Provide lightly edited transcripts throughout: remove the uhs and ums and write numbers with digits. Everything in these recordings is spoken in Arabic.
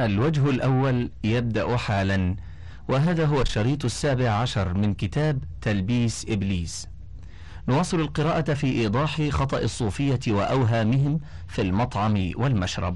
الوجه الأول يبدأ حالا، وهذا هو الشريط 17 من كتاب تلبيس إبليس. نواصل القراءة في إيضاح خطأ الصوفية وأوهامهم في المطعم والمشرب.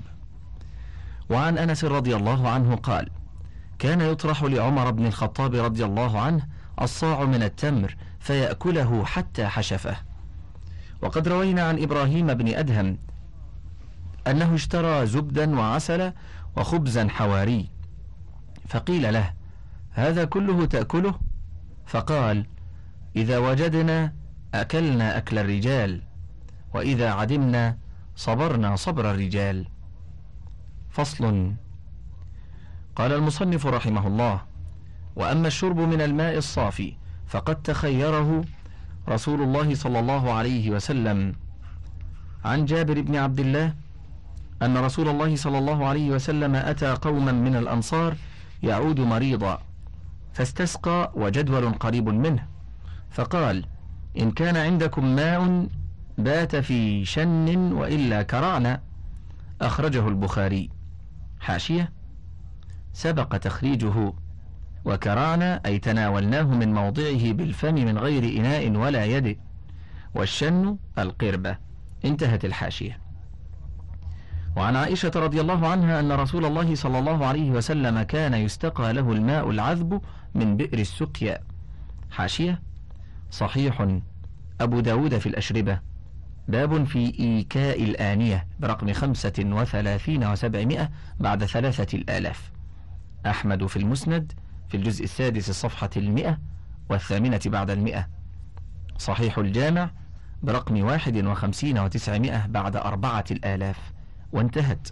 وعن أنس رضي الله عنه قال: كان يطرح لعمر بن الخطاب رضي الله عنه الصاع من التمر فيأكله حتى حشفه. وقد روينا عن إبراهيم بن أدهم أنه اشترى زبدا وعسل وخبزا حواري، فقيل له: هذا كله تأكله؟ فقال: إذا وجدنا أكلنا أكل الرجال، وإذا عدمنا صبرنا صبر الرجال. فصل. قال المصنف رحمه الله: وأما الشرب من الماء الصافي فقد تخيره رسول الله صلى الله عليه وسلم. عن جابر بن عبد الله أن رسول الله صلى الله عليه وسلم أتى قوما من الأنصار يعود مريضا، فاستسقى وجدول قريب منه، فقال: إن كان عندكم ماء بات في شن وإلا كرعنا. أخرجه البخاري. حاشية: سبق تخريجه، وكرعنا أي تناولناه من موضعه بالفم من غير إناء ولا يد، والشن القربة. انتهت الحاشية. وعن عائشة رضي الله عنها أن رسول الله صلى الله عليه وسلم كان يستقى له الماء العذب من بئر السقيا. حاشية: صحيح. أبو داود في الأشربة، باب في إيكاء الآنية برقم 35 و700 بعد 3000. أحمد في المسند في الجزء السادس الصفحة 100 بعد 100. صحيح الجامع برقم 51 و900 بعد 4000. وانتهت.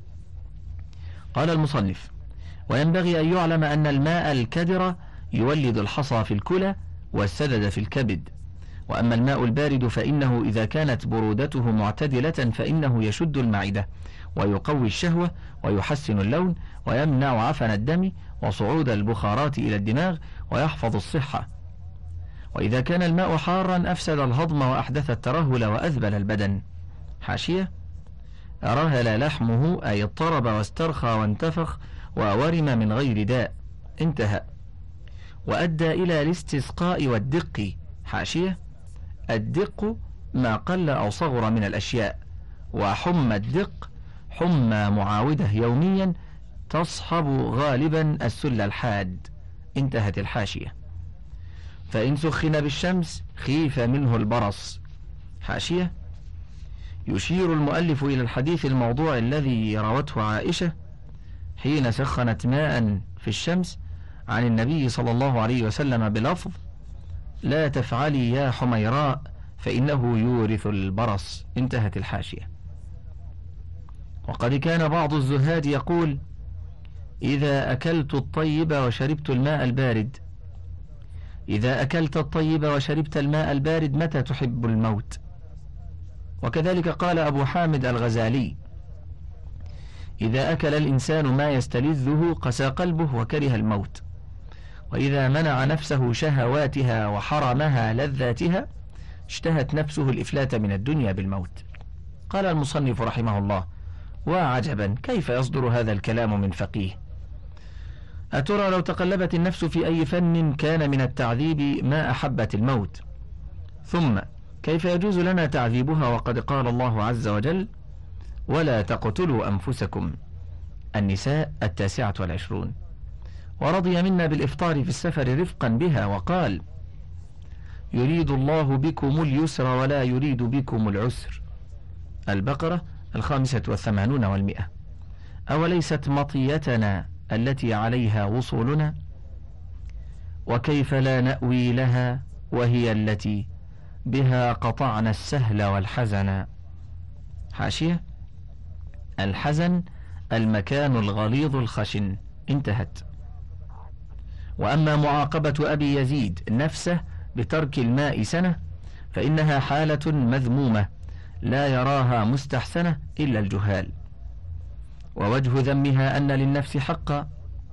قال المصنف: وينبغي أن يعلم أن الماء الكدر يولد الحصى في الكلى والسدد في الكبد، وأما الماء البارد فإنه إذا كانت برودته معتدلة فإنه يشد المعدة ويقوي الشهوة ويحسن اللون ويمنع عفن الدم وصعود البخارات إلى الدماغ ويحفظ الصحة. وإذا كان الماء حارا أفسد الهضم وأحدث الترهل وأذبل البدن. حاشية: رهل لحمه أي اضطرب واسترخى وانتفخ وورم من غير داء. انتهى. وأدى إلى الاستسقاء والدق. حاشية: الدق ما قل أو صغر من الأشياء، وحمى الدق حمى معاودة يوميا تصحب غالبا السل الحاد. انتهت الحاشية. فإن سخن بالشمس خيف منه البرص. حاشية: يشير المؤلف إلى الحديث الموضوع الذي روته عائشة حين سخنت ماء في الشمس عن النبي صلى الله عليه وسلم بلفظ: لا تفعلي يا حميراء فإنه يورث البرص. انتهت الحاشية. وقد كان بعض الزهاد يقول: إذا أكلت الطيب وشربت الماء البارد. إذا أكلت الطيب وشربت الماء البارد متى تحب الموت؟ وكذلك قال أبو حامد الغزالي: إذا أكل الإنسان ما يستلذه قسى قلبه وكره الموت، وإذا منع نفسه شهواتها وحرمها لذاتها اشتهت نفسه الإفلات من الدنيا بالموت. قال المصنف رحمه الله: وعجبا كيف يصدر هذا الكلام من فقيه؟ أترى لو تقلبت النفس في أي فن كان من التعذيب ما أحبت الموت؟ ثم كيف يجوز لنا تعذيبها وقد قال الله عز وجل: ولا تقتلوا أنفسكم. النساء 29. ورضي منا بالإفطار في السفر رفقا بها وقال: يريد الله بكم اليسر ولا يريد بكم العسر. البقرة 85 و100. أوليست مطيتنا التي عليها وصولنا؟ وكيف لا نأوي لها وهي التي بها قطعنا السهل والحزن. حاشية: الحزن المكان الغليظ الخشن. انتهت. وأما معاقبة أبي يزيد نفسه بترك الماء سنة فإنها حالة مذمومة لا يراها مستحسنة إلا الجهال. ووجه ذمها أن للنفس حقا،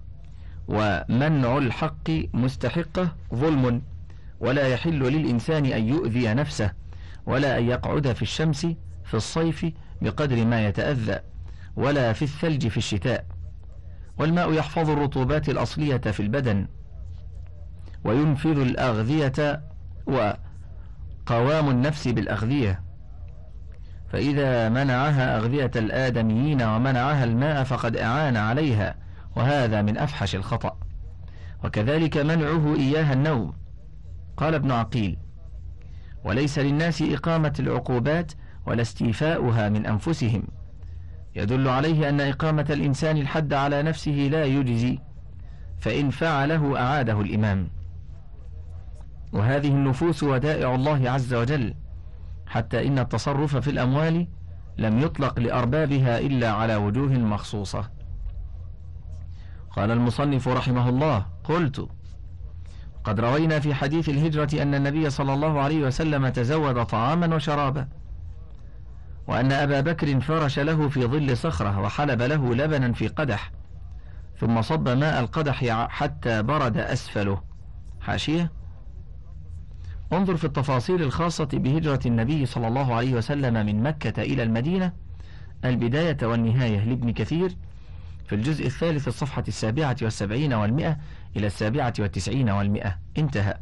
ومنع الحق مستحقه ظلم، ولا يحل للإنسان أن يؤذي نفسه ولا أن يقعد في الشمس في الصيف بقدر ما يتأذى، ولا في الثلج في الشتاء. والماء يحفظ الرطوبات الأصلية في البدن وينفذ الأغذية وقوام النفس بالأغذية، فإذا منعها أغذية الآدميين ومنعها الماء فقد أعان عليها، وهذا من أفحش الخطأ. وكذلك منعه إياها النوم. قال ابن عقيل: وليس للناس إقامة العقوبات ولا استيفاؤها من أنفسهم، يدل عليه أن إقامة الإنسان الحد على نفسه لا يجزي، فإن فعله أعاده الإمام. وهذه النفوس ودائع الله عز وجل، حتى إن التصرف في الأموال لم يطلق لأربابها إلا على وجوه مخصوصة. قال المصنف رحمه الله: قلت: قد روينا في حديث الهجرة أن النبي صلى الله عليه وسلم تزود طعاما وشرابا، وأن أبا بكر فرش له في ظل صخرة وحلب له لبنا في قدح، ثم صب ماء القدح حتى برد أسفله. حاشية: انظر في التفاصيل الخاصة بهجرة النبي صلى الله عليه وسلم من مكة إلى المدينة، البداية والنهاية لابن كثير، في الجزء الثالث الصفحة 77 و100 إلى 97 و100. انتهى.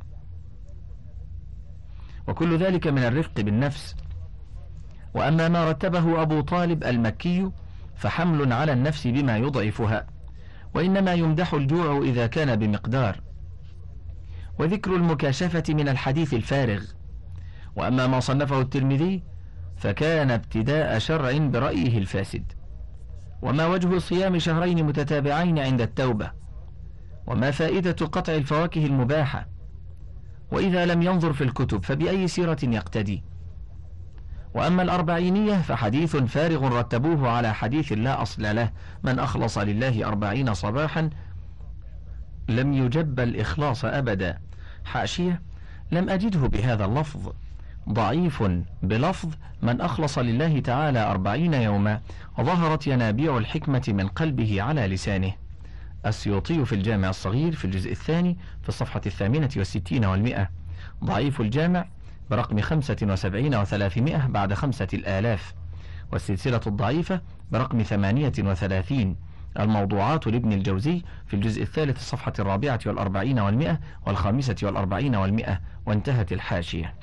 وكل ذلك من الرفق بالنفس. وأما ما رتبه أبو طالب المكي فحمل على النفس بما يضعفها، وإنما يمدح الجوع إذا كان بمقدار، وذكر المكاشفة من الحديث الفارغ. وأما ما صنفه الترمذي فكان ابتداء شرع برأيه الفاسد. وما وجه صيام شهرين متتابعين عند التوبة، وما فائدة قطع الفواكه المباحة، وإذا لم ينظر في الكتب فبأي سيرة يقتدي. وأما الأربعينية فحديث فارغ رتبوه على حديث لا أصل له: من أخلص لله 40 صباحا لم يجب الإخلاص أبدا. حاشية: لم أجده بهذا اللفظ، ضعيف بلفظ من أخلص لله تعالى 40 يوما، وظهرت ينابيع الحكمة من قلبه على لسانه. السيوطي في الجامع الصغير في الجزء الثاني في الصفحة 68 و100. ضعيف الجامع برقم 75 و300 بعد 5000. والسلسلة الضعيفة برقم 38. الموضوعات لابن الجوزي في الجزء الثالث الصفحة 44 و100 و45 و100. وانتهت الحاشية.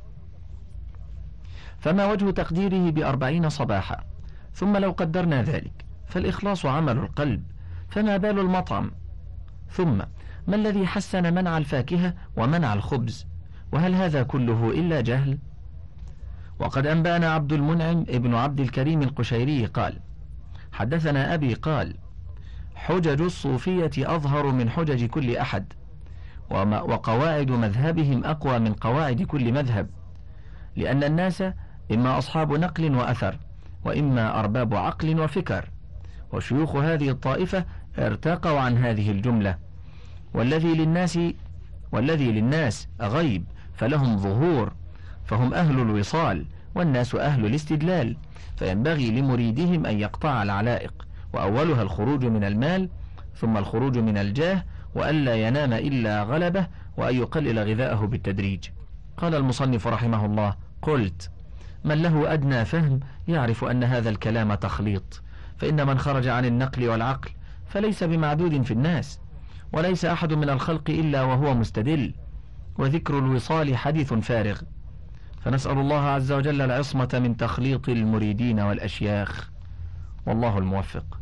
فما وجه تقديره ب40 صباحا؟ ثم لو قدرنا ذلك فالإخلاص عمل القلب، فما بال المطعم؟ ثم ما الذي حسن منع الفاكهة ومنع الخبز؟ وهل هذا كله إلا جهل؟ وقد أنبأنا عبد المنعم ابن عبد الكريم القشيري قال: حدثنا أبي قال: حجج الصوفية أظهر من حجج كل أحد، وقواعد مذهبهم أقوى من قواعد كل مذهب، لأن الناس إما أصحاب نقل وأثر، وإما أرباب عقل وفكر، وشيوخ هذه الطائفة ارتقوا عن هذه الجملة. والذي للناس غيب فلهم ظهور، فهم أهل الوصال والناس أهل الاستدلال، فينبغي لمريدهم أن يقطع العلائق، وأولها الخروج من المال، ثم الخروج من الجاه، وألا ينام إلا غلبه، وأن يقلل غذاءه بالتدريج. قال المصنف رحمه الله: قلت: من له أدنى فهم يعرف أن هذا الكلام تخليط، فإن من خرج عن النقل والعقل فليس بمعدود في الناس، وليس أحد من الخلق إلا وهو مستدل، وذكر الوصال حديث فارغ. فنسأل الله عز وجل العصمة من تخليط المريدين والأشياخ، والله الموفق.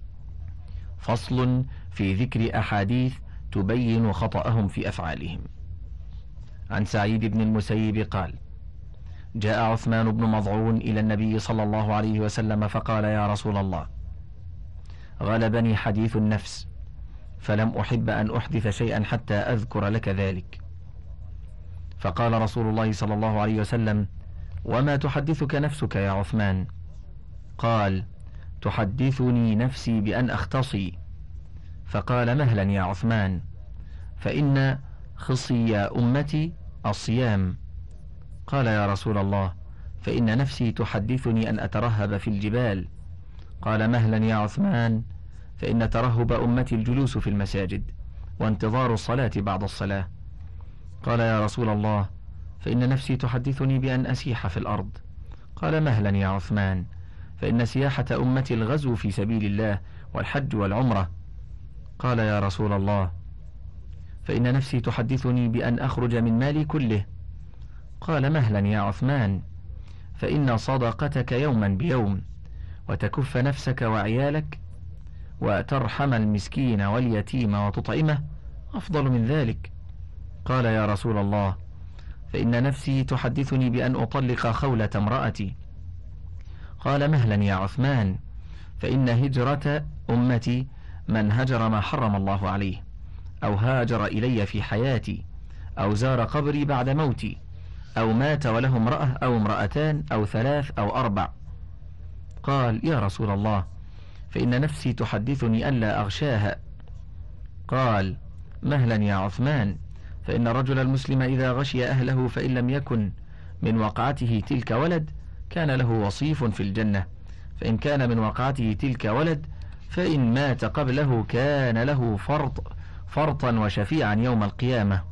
فصل في ذكر أحاديث تبين خطأهم في أفعالهم. عن سعيد بن المسيب قال: جاء عثمان بن مضعون إلى النبي صلى الله عليه وسلم فقال: يا رسول الله، غلبني حديث النفس، فلم أحب أن أحدث شيئا حتى أذكر لك ذلك. فقال رسول الله صلى الله عليه وسلم: وما تحدثك نفسك يا عثمان؟ قال: تحدثني نفسي بأن أختصي. فقال: مهلا يا عثمان، فإن خصي أمتي الصيام. قال: يا رسول الله، فإن نفسي تحدثني أن أترهب في الجبال. قال: مهلا يا عثمان، فإن ترهب أمتي الجلوس في المساجد وانتظار الصلاة بعد الصلاة. قال: يا رسول الله، فإن نفسي تحدثني بأن أسيح في الأرض. قال: مهلا يا عثمان، فإن سياحة أمتي الغزو في سبيل الله والحج والعمرة. قال: يا رسول الله، فإن نفسي تحدثني بأن أخرج من مالي كله. قال: مهلا يا عثمان، فإن صدقتك يوما بيوم وتكف نفسك وعيالك وترحم المسكين واليتيم وتطعمه أفضل من ذلك. قال: يا رسول الله، فإن نفسي تحدثني بأن أطلق خولة امرأتي. قال: مهلا يا عثمان، فإن هجرة أمتي من هجر ما حرم الله عليه، أو هاجر إلي في حياتي، أو زار قبري بعد موتي، أو مات وله امرأة أو امرأتان أو 3 أو 4. قال: يا رسول الله، فإن نفسي تحدثني ألا أغشاها. قال: مهلا يا عثمان، فإن الرجل المسلم إذا غشي أهله فإن لم يكن من وقعته تلك ولد كان له وصيف في الجنة، فإن كان من وقعته تلك ولد فإن مات قبله كان له فرطا وشفيعا يوم القيامة،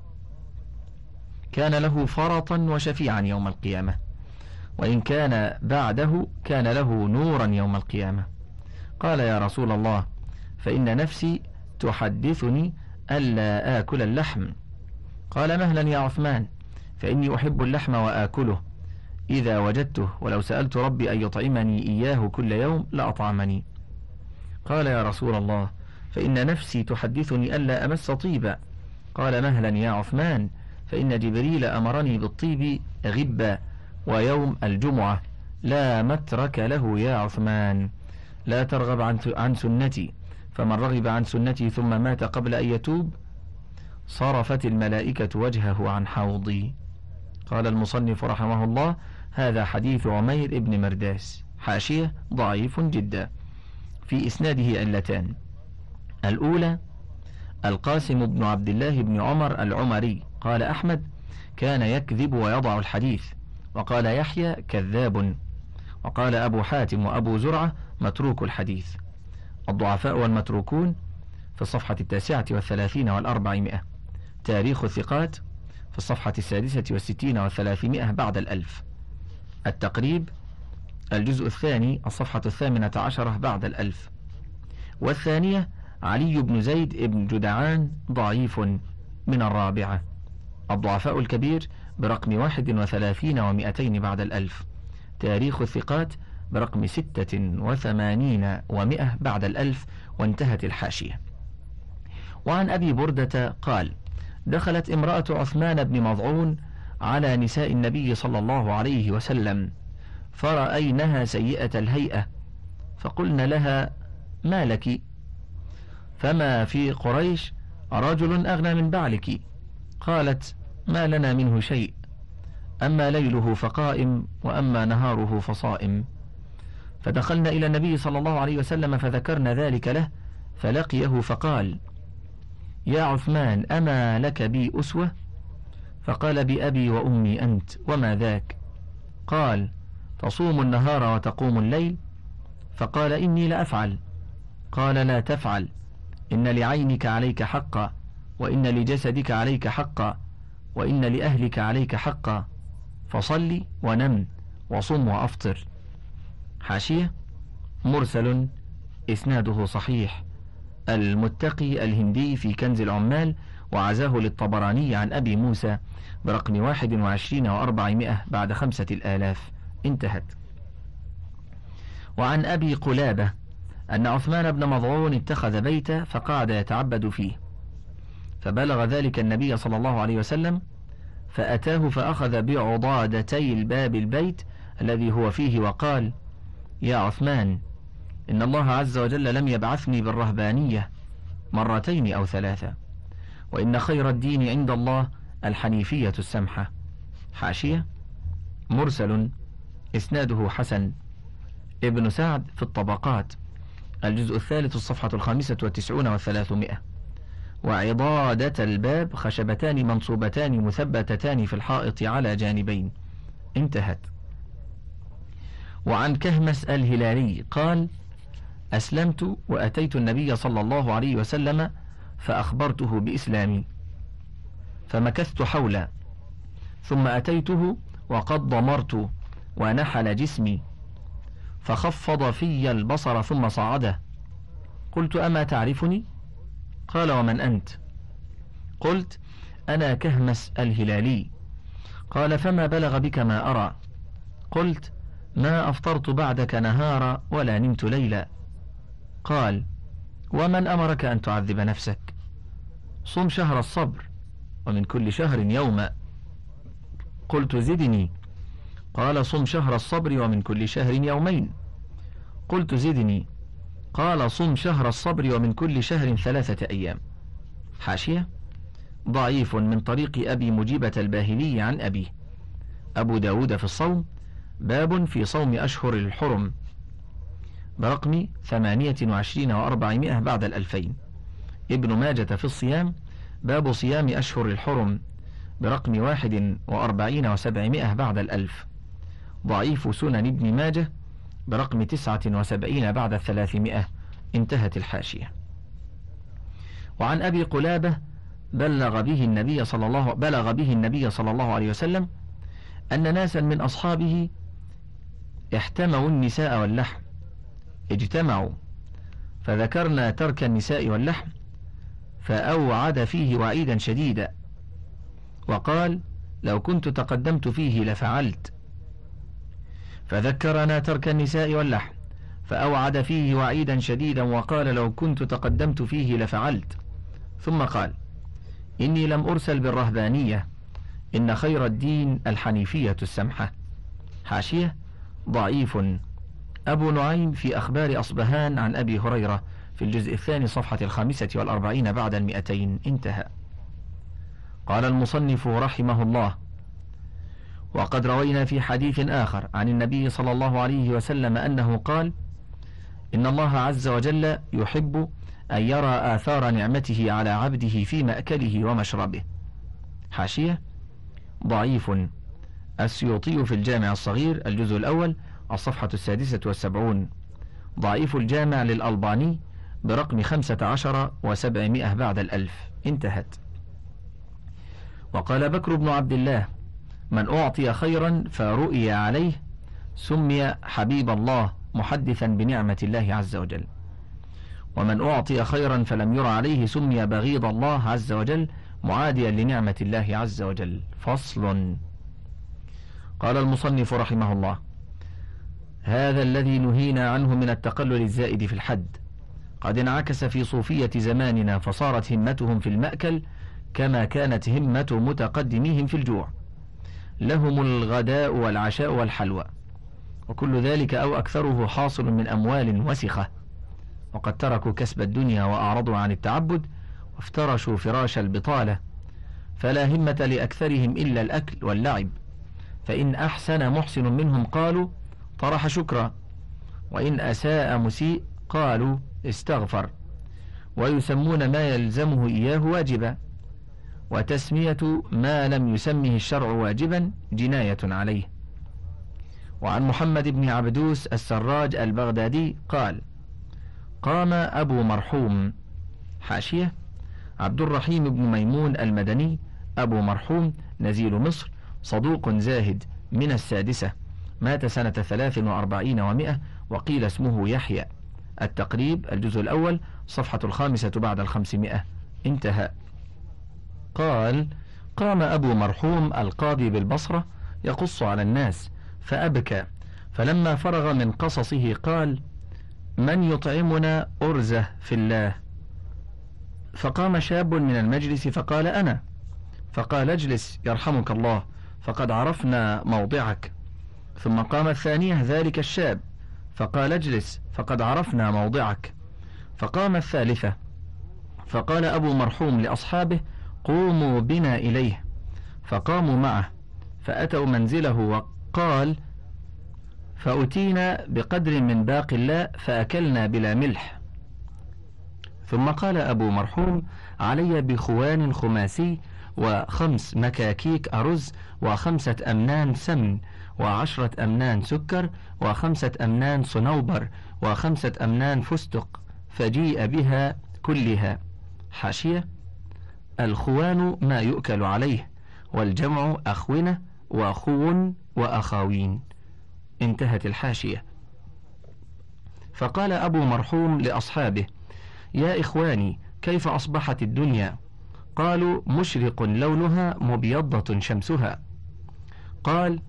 وإن كان بعده كان له نورا يوم القيامة. قال: يا رسول الله، فإن نفسي تحدثني ألا آكل اللحم. قال: مهلا يا عثمان، فإني أحب اللحم وآكله إذا وجدته، ولو سألت ربي أن يطعمني إياه كل يوم لأطعمني. قال: يا رسول الله، فإن نفسي تحدثني ألا أمس طيبا. قال: مهلا يا عثمان، فإن جبريل أمرني بالطيب غبا ويوم الجمعة لا مترك له يا عثمان، لا ترغب عن سنتي، فمن رغب عن سنتي ثم مات قبل أن يتوب صرفت الملائكة وجهه عن حوضي. قال المصنف رحمه الله: هذا حديث عمير بن مرداس. حاشية: ضعيف جدا، في إسناده علتان: الأولى القاسم بن عبد الله بن عمر العمري، قال أحمد: كان يكذب ويضع الحديث، وقال يحيى: كذاب، وقال أبو حاتم وأبو زرعة: متروك الحديث. الضعفاء والمتروكون في الصفحة 39 و400. تاريخ الثقات في الصفحة 66 و300 بعد 1000. التقريب الجزء الثاني الصفحة 18 بعد 1000. والثانية علي بن زيد بن جدعان ضعيف من 4. الضعفاء الكبير برقم 31 و200 بعد 1000. تاريخ الثقات برقم 86 و100 بعد 1000. وانتهت الحاشية. وعن أبي بردة قال: دخلت امرأة عثمان بن مظعون على نساء النبي صلى الله عليه وسلم فرأينها سيئة الهيئة، فقلن لها: ما لك؟ فما في قريش رجل أغنى من بعلك؟ قالت: ما لنا منه شيء، أما ليله فقائم وأما نهاره فصائم. فدخلنا إلى النبي صلى الله عليه وسلم فذكرنا ذلك له، فلقيه فقال: يا عثمان، أما لك بي أسوة؟ فقال: بأبي وأمي أنت، وما ذاك؟ قال: تصوم النهار وتقوم الليل. فقال: إني لأفعل. قال: لا تفعل، إن لعينك عليك حقا، وإن لجسدك عليك حقا، وإن لأهلك عليك حقا، فصل ونم وصم وأفطر. حاشية: مرسل إسناده صحيح. المتقي الهندي في كنز العمال وعزاه للطبراني عن أبي موسى برقم 21 و400 بعد 5000. انتهت. وعن أبي قلابة أن عثمان بن مظعون اتخذ بيتا فقعد يتعبد فيه، فبلغ ذلك النبي صلى الله عليه وسلم، فأتاه فأخذ بعضادتي الباب البيت الذي هو فيه وقال: يا عثمان، إن الله عز وجل لم يبعثني بالرهبانية 2 أو 3، وإن خير الدين عند الله الحنيفية السمحة. حاشية: مرسل إسناده حسن. ابن سعد في الطبقات الجزء الثالث الصفحة 95 و300. وعضادة الباب خشبتان منصوبتان مثبتتان في الحائط على جانبين. انتهت. وعن كهمس الهلالي قال: أسلمت وأتيت النبي صلى الله عليه وسلم فأخبرته بإسلامي، فمكثت حولا، ثم أتيته وقد ضمرت ونحل جسمي، فخفض في البصر ثم صعده. قلت: أما تعرفني؟ قال: ومن أنت؟ قلت: أنا كهمس الهلالي. قال: فما بلغ بك ما أرى؟ قلت: ما أفطرت بعدك نهارا ولا نمت ليلا. قال: ومن أمرك أن تعذب نفسك؟ صم شهر الصبر، ومن كل شهر يوما. قلت: زدني. قال: صم شهر الصبر ومن كل شهر يومين. قلت: زدني. قال: صم شهر الصبر ومن كل شهر 3 أيام. حاشية: ضعيف من طريق أبي مجيبة الباهلي عن أبيه. أبو داود في الصوم، باب في صوم أشهر الحرم، برقم 28 و400 بعد 2000. ابن ماجة في الصيام، باب صيام أشهر الحرم، برقم 41 و700 بعد 1000. ضعيف سنن ابن ماجة، برقم 79 بعد 300. انتهت الحاشية. وعن أبي قلابة بلغ به النبي صلى الله عليه وسلم أن ناسا من أصحابه احتموا النساء واللحم، اجتمعوا فذكرنا ترك النساء واللحم، فأوعد فيه وعيدا شديدا، وقال: لو كنت تقدمت فيه لفعلت. فذكرنا ترك النساء واللحم، فأوعد فيه وعيدا شديدا، وقال: لو كنت تقدمت فيه لفعلت. ثم قال: إني لم أرسل بالرهبانية، إن خير الدين الحنيفية السمحة. حاشية: ضعيف. أبو نعيم في أخبار أصبهان عن أبي هريرة في الجزء الثاني صفحة 45 بعد 200. انتهى. قال المصنف رحمه الله: وقد روينا في حديث آخر عن النبي صلى الله عليه وسلم أنه قال: إن الله عز وجل يحب أن يرى آثار نعمته على عبده في مأكله ومشربه. حاشية: ضعيف. السيوطي في الجامع الصغير الجزء الأول الصفحة 76. ضعيف الجامع للألباني برقم 15 و700 بعد 1000. انتهت. وقال بكر بن عبد الله: من أعطي خيرا فرؤي عليه سمي حبيب الله محدثا بنعمة الله عز وجل، ومن أعطي خيرا فلم ير عليه سمي بغيض الله عز وجل معاديا لنعمة الله عز وجل. فصل. قال المصنف رحمه الله: هذا الذي نهينا عنه من التقلل الزائد في الحد قد انعكس في صوفية زماننا، فصارت همتهم في المأكل كما كانت همة متقدميهم في الجوع، لهم الغداء والعشاء والحلوى، وكل ذلك أو أكثره حاصل من أموال وسخة، وقد تركوا كسب الدنيا وأعرضوا عن التعبد وافترشوا فراش البطالة، فلا همة لأكثرهم إلا الأكل واللعب، فإن أحسن محسن منهم قالوا طرح شكرا، وإن أساء مسيء قالوا استغفر، ويسمون ما يلزمه إياه واجبا، وتسمية ما لم يسمه الشرع واجبا جناية عليه. وعن محمد بن عبدوس السراج البغدادي قال: قام أبو مرحوم. حاشية: عبد الرحيم بن ميمون المدني أبو مرحوم نزيل مصر، صدوق زاهد، من 6، مات سنة 43 و100، وقيل اسمه يحيى. التقريب الجزء الأول صفحة 5 بعد 500. انتهى. قال: قام أبو مرحوم القاضي بالبصرة يقص على الناس فأبكى، فلما فرغ من قصصه قال: من يطعمنا أرزة في الله؟ فقام شاب من المجلس فقال: أنا. فقال: اجلس يرحمك الله، فقد عرفنا موضعك. ثم قام الثانية ذلك الشاب فقال: اجلس فقد عرفنا موضعك. فقام الثالثة فقال أبو مرحوم لأصحابه: قوموا بنا إليه. فقاموا معه فأتوا منزله، وقال: فأتينا بقدر من باقي الله فأكلنا بلا ملح. ثم قال أبو مرحوم: علي بخوان خماسي، و5 مكاكيك أرز، و5 أمنان سمن، و10 أمنان سكر، و5 أمنان صنوبر، و5 أمنان فستق، فجيء بها كلها. حاشية: الخوان ما يؤكل عليه، والجمع أخونة وأخو وأخاوين. انتهت الحاشية. فقال أبو مرحوم لأصحابه: يا إخواني، كيف أصبحت الدنيا؟ قالوا مشرق لونها مبيضة شمسها. قال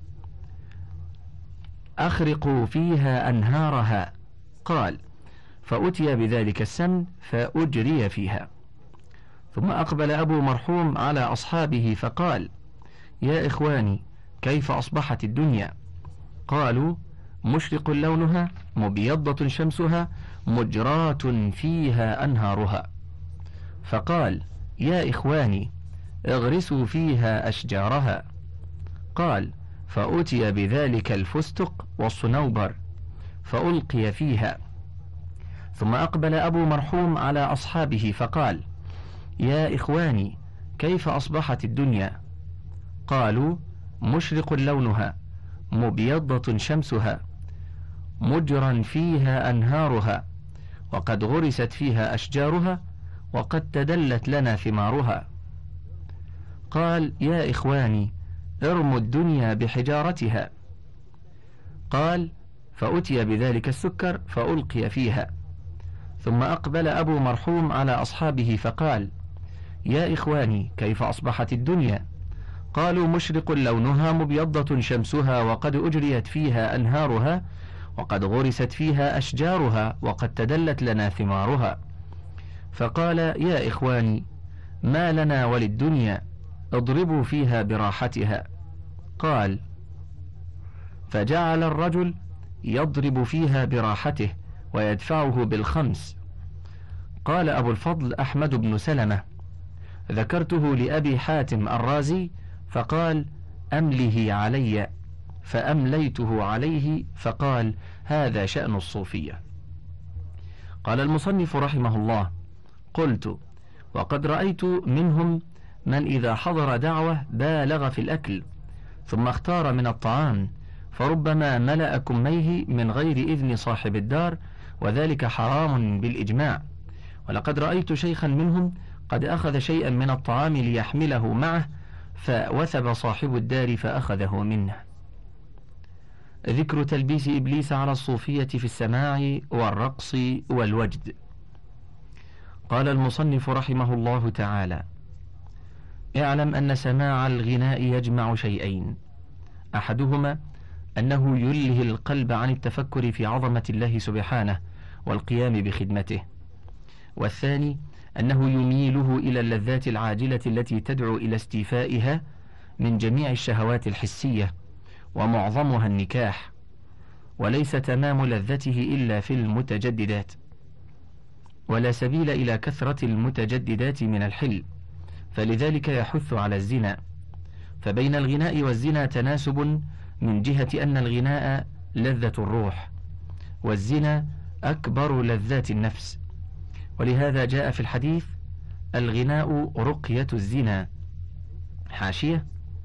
أخرقوا فيها أنهارها. قال فأتي بذلك السمن فأجري فيها. ثم أقبل أبو مرحوم على أصحابه فقال يا إخواني كيف أصبحت الدنيا؟ قالوا مشرق لونها مبيضة شمسها مجراة فيها أنهارها. فقال يا إخواني اغرسوا فيها أشجارها. قال فأتي بذلك الفستق والصنوبر فألقي فيها. ثم أقبل أبو مرحوم على أصحابه فقال يا إخواني كيف أصبحت الدنيا؟ قالوا مشرق لونها مبيضة شمسها مجرا فيها أنهارها وقد غرست فيها أشجارها وقد تدلت لنا ثمارها. قال يا إخواني ارموا الدنيا بحجارتها. قال فأتي بذلك السكر فألقي فيها. ثم أقبل أبو مرحوم على أصحابه فقال يا إخواني كيف أصبحت الدنيا؟ قالوا مشرق لونها مبيضة شمسها وقد أجريت فيها أنهارها وقد غرست فيها أشجارها وقد تدلت لنا ثمارها. فقال يا إخواني ما لنا وللدنيا اضربوا فيها براحتها. قال فجعل الرجل يضرب فيها براحته ويدفعه بالخمس. قال أبو الفضل أحمد بن سلمة ذكرته لأبي حاتم الرازي فقال أمله علي فأمليته عليه فقال هذا شأن الصوفية. قال المصنف رحمه الله قلت وقد رأيت منهم من إذا حضر دعوة بالغ في الأكل ثم اختار من الطعام فربما ملأ كميه من غير إذن صاحب الدار وذلك حرام بالإجماع. ولقد رأيت شيخا منهم قد أخذ شيئا من الطعام ليحمله معه فوثب صاحب الدار فأخذه منه. ذكر تلبيس إبليس على الصوفية في السماع والرقص والوجد. قال المصنف رحمه الله تعالى اعلم أن سماع الغناء يجمع شيئين أحدهما أنه يلهي القلب عن التفكر في عظمة الله سبحانه والقيام بخدمته، والثاني أنه يميله إلى اللذات العاجلة التي تدعو إلى استيفائها من جميع الشهوات الحسية ومعظمها النكاح، وليس تمام لذته إلا في المتجددات، ولا سبيل إلى كثرة المتجددات من الحل، فلذلك يحث على الزنا. فبين الغناء والزنا تناسب من جهة أن الغناء لذة الروح والزنا أكبر لذات النفس، ولهذا جاء في الحديث الغناء رقية الزنا. حاشية: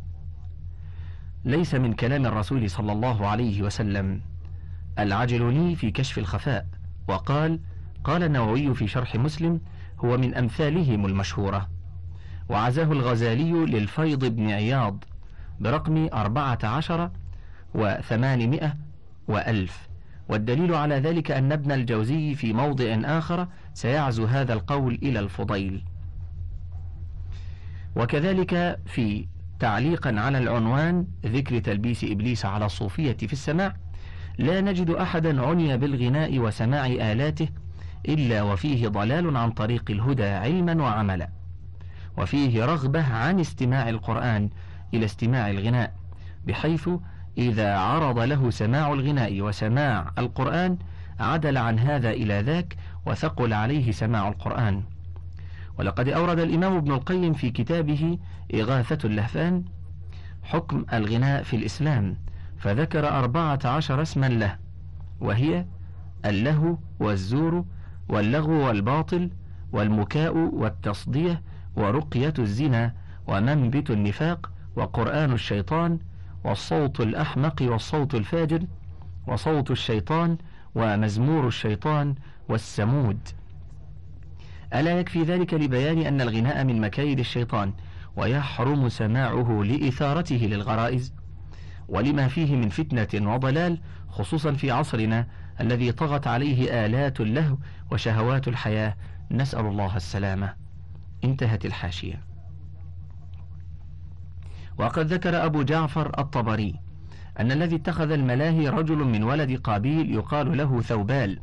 ليس من كلام الرسول صلى الله عليه وسلم. العجلوني في كشف الخفاء وقال النووي في شرح مسلم هو من أمثالهم المشهورة، وعزاه الغزالي للفيض بن عياض برقم 14 و800 و1000، والدليل على ذلك أن ابن الجوزي في موضع آخر سيعزو هذا القول إلى الفضيل. وكذلك في تعليقا على العنوان ذكر تلبيس إبليس على الصوفية في السماع، لا نجد أحدا عني بالغناء وسماع آلاته إلا وفيه ضلال عن طريق الهدى علما وعملا، وفيه رغبة عن استماع القرآن إلى استماع الغناء، بحيث إذا عرض له سماع الغناء وسماع القرآن عدل عن هذا إلى ذاك وثقل عليه سماع القرآن. ولقد أورد الإمام ابن القيم في كتابه إغاثة اللهفان حكم الغناء في الإسلام، فذكر 14 اسما له، وهي اللهو والزور واللغو والباطل والمكاء والتصدية ورقية الزنا ومنبت النفاق وقرآن الشيطان والصوت الأحمق والصوت الفاجر وصوت الشيطان ومزمور الشيطان والسمود. ألا يكفي ذلك لبيان أن الغناء من مكايد الشيطان ويحرم سماعه لإثارته للغرائز ولما فيه من فتنة وضلال، خصوصا في عصرنا الذي طغت عليه آلات اللهو وشهوات الحياة نسأل الله السلامة. انتهت الحاشية. وقد ذكر أبو جعفر الطبري أن الذي اتخذ الملاهي رجل من ولد قابيل يقال له ثوبال،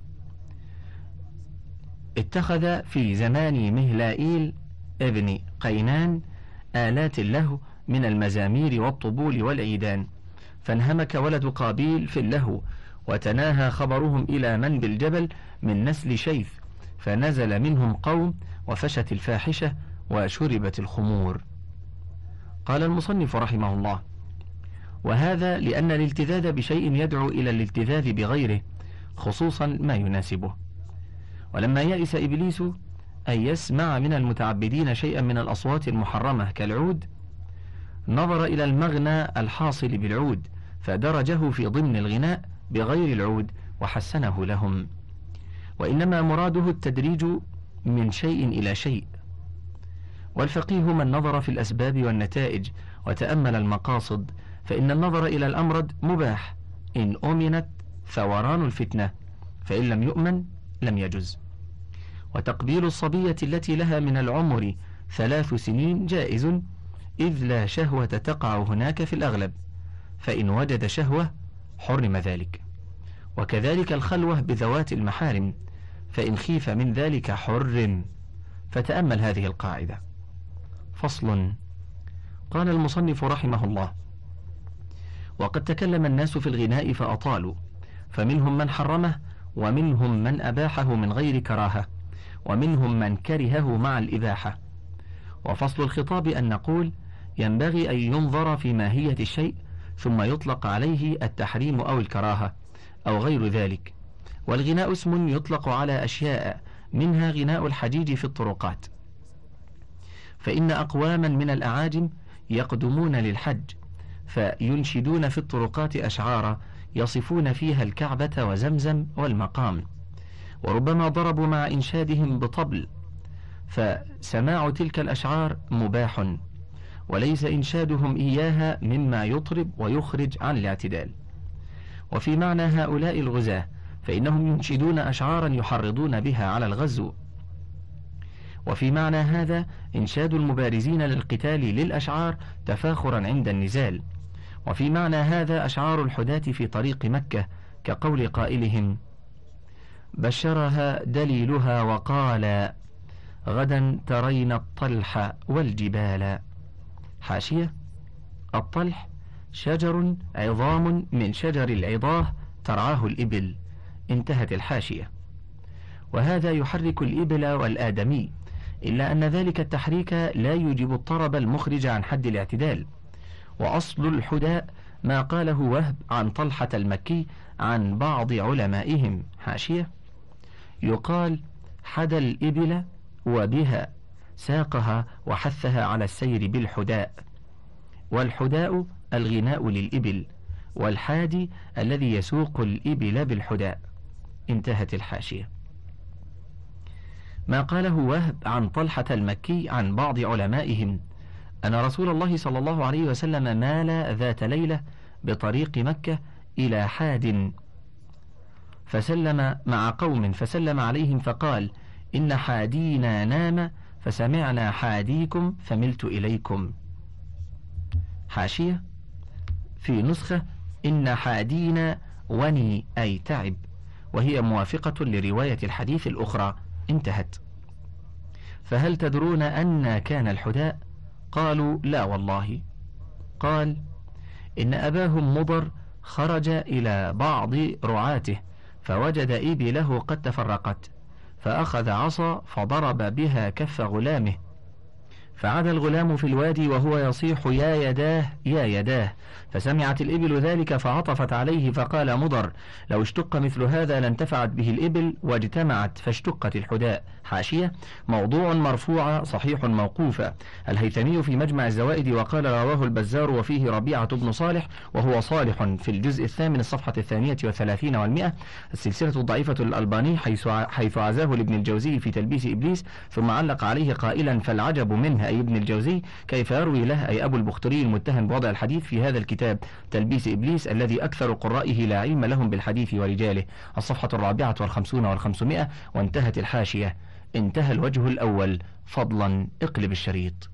اتخذ في زمان مهلائيل ابن قينان آلات له من المزامير والطبول والعيدان، فانهمك ولد قابيل في اللهو، وتناهى خبرهم إلى من بالجبل من نسل شيث، فنزل منهم قوم وفشت الفاحشة وشربت الخمور. قال المصنف رحمه الله: وهذا لأن الالتذاذ بشيء يدعو إلى الالتذاذ بغيره، خصوصا ما يناسبه. ولما يئس إبليس أن يسمع من المتعبدين شيئا من الأصوات المحرمة كالعود، نظر إلى المغنى الحاصل بالعود فدرجه في ضمن الغناء بغير العود وحسنه لهم. وإنما مراده التدريج من شيء إلى شيء. والفقيه من نظر في الأسباب والنتائج وتأمل المقاصد، فإن النظر إلى الأمرد مباح إن أمنت ثوران الفتنة، فإن لم يؤمن لم يجز. وتقبيل الصبية التي لها من العمر 3 سنين جائز، إذ لا شهوة تقع هناك في الأغلب، فإن وجد شهوة حرم ذلك. وكذلك الخلوة بذوات المحارم، فإن خيف من ذلك حرم. فتأمل هذه القاعدة. فصل. قال المصنف رحمه الله: وقد تكلم الناس في الغناء فأطالوا، فمنهم من حرمه، ومنهم من أباحه من غير كراهة، ومنهم من كرهه مع الإباحة. وفصل الخطاب أن نقول: ينبغي أن ينظر في ماهية الشيء ثم يطلق عليه التحريم أو الكراهة أو غير ذلك. والغناء اسم يطلق على أشياء، منها غناء الحجيج في الطرقات، فإن أقواما من الأعاجم يقدمون للحج فينشدون في الطرقات أشعارا يصفون فيها الكعبة وزمزم والمقام، وربما ضربوا مع إنشادهم بطبل، فسماع تلك الأشعار مباح، وليس إنشادهم إياها مما يطرب ويخرج عن الاعتدال. وفي معنى هؤلاء الغزاة فإنهم ينشدون أشعارا يحرضون بها على الغزو. وفي معنى هذا إنشاد المبارزين للقتال للأشعار تفاخرا عند النزال. وفي معنى هذا أشعار الحداة في طريق مكة، كقول قائلهم: بشرها دليلها وقال غدا ترين الطلح والجبال. حاشية: الطلح شجر عظام من شجر العضاه ترعاه الإبل. انتهت الحاشية. وهذا يحرك الإبل والآدمي، إلا أن ذلك التحريك لا يوجب الطرب المخرج عن حد الاعتدال. وأصل الحداء ما قاله وهب عن طلحة المكي عن بعض علمائهم. حاشية: يقال حدى الإبل وبها ساقها وحثها على السير بالحداء. والحداء الغناء للإبل، والحادي الذي يسوق الإبل بالحداء. انتهت الحاشية. ما قاله وهب عن طلحة المكي عن بعض علمائهم أن رسول الله صلى الله عليه وسلم مال ذات ليلة بطريق مكة إلى حاد، فسلم مع قوم فسلم عليهم فقال: إن حادينا نام فسمعنا حاديكم فملت إليكم. حاشية: في نسخة إن حادينا وني أي تعب، وهي موافقة لرواية الحديث الأخرى. انتهت. فهل تدرون أن كان الحداء؟ قالوا: لا والله. قال: إن أباهم مضر خرج إلى بعض رعاته فوجد إبله قد تفرقت، فأخذ عصا فضرب بها كف غلامه، فعاد الغلام في الوادي وهو يصيح: يا يداه يا يداه، فسمعت الإبل ذلك فعطفت عليه فقال مضر: لو اشتق مثل هذا لانتفعت به الإبل واجتمعت فاشتقت الحداء. حاشية: موضوع مرفوع صحيح موقوفة. الهيثمي في مجمع الزوائد وقال: رواه البزار وفيه ربيعة بن صالح وهو صالح في الجزء 8 الصفحة 32 و100. السلسلة الضعيفة الألباني حيث عزاه لابن الجوزي في تلبيس إبليس، ثم علق عليه قائلا: فالعجب منه أي ابن الجوزي كيف يروي له أي أبو البختري المتهم بوضع الحديث في هذا الكتاب تلبيس إبليس الذي أكثر قرائه لا علم لهم بالحديث ورجاله. الصفحة 54 و500. وانتهت الحاشية. انتهى الوجه الأول، فضلا اقلب الشريط.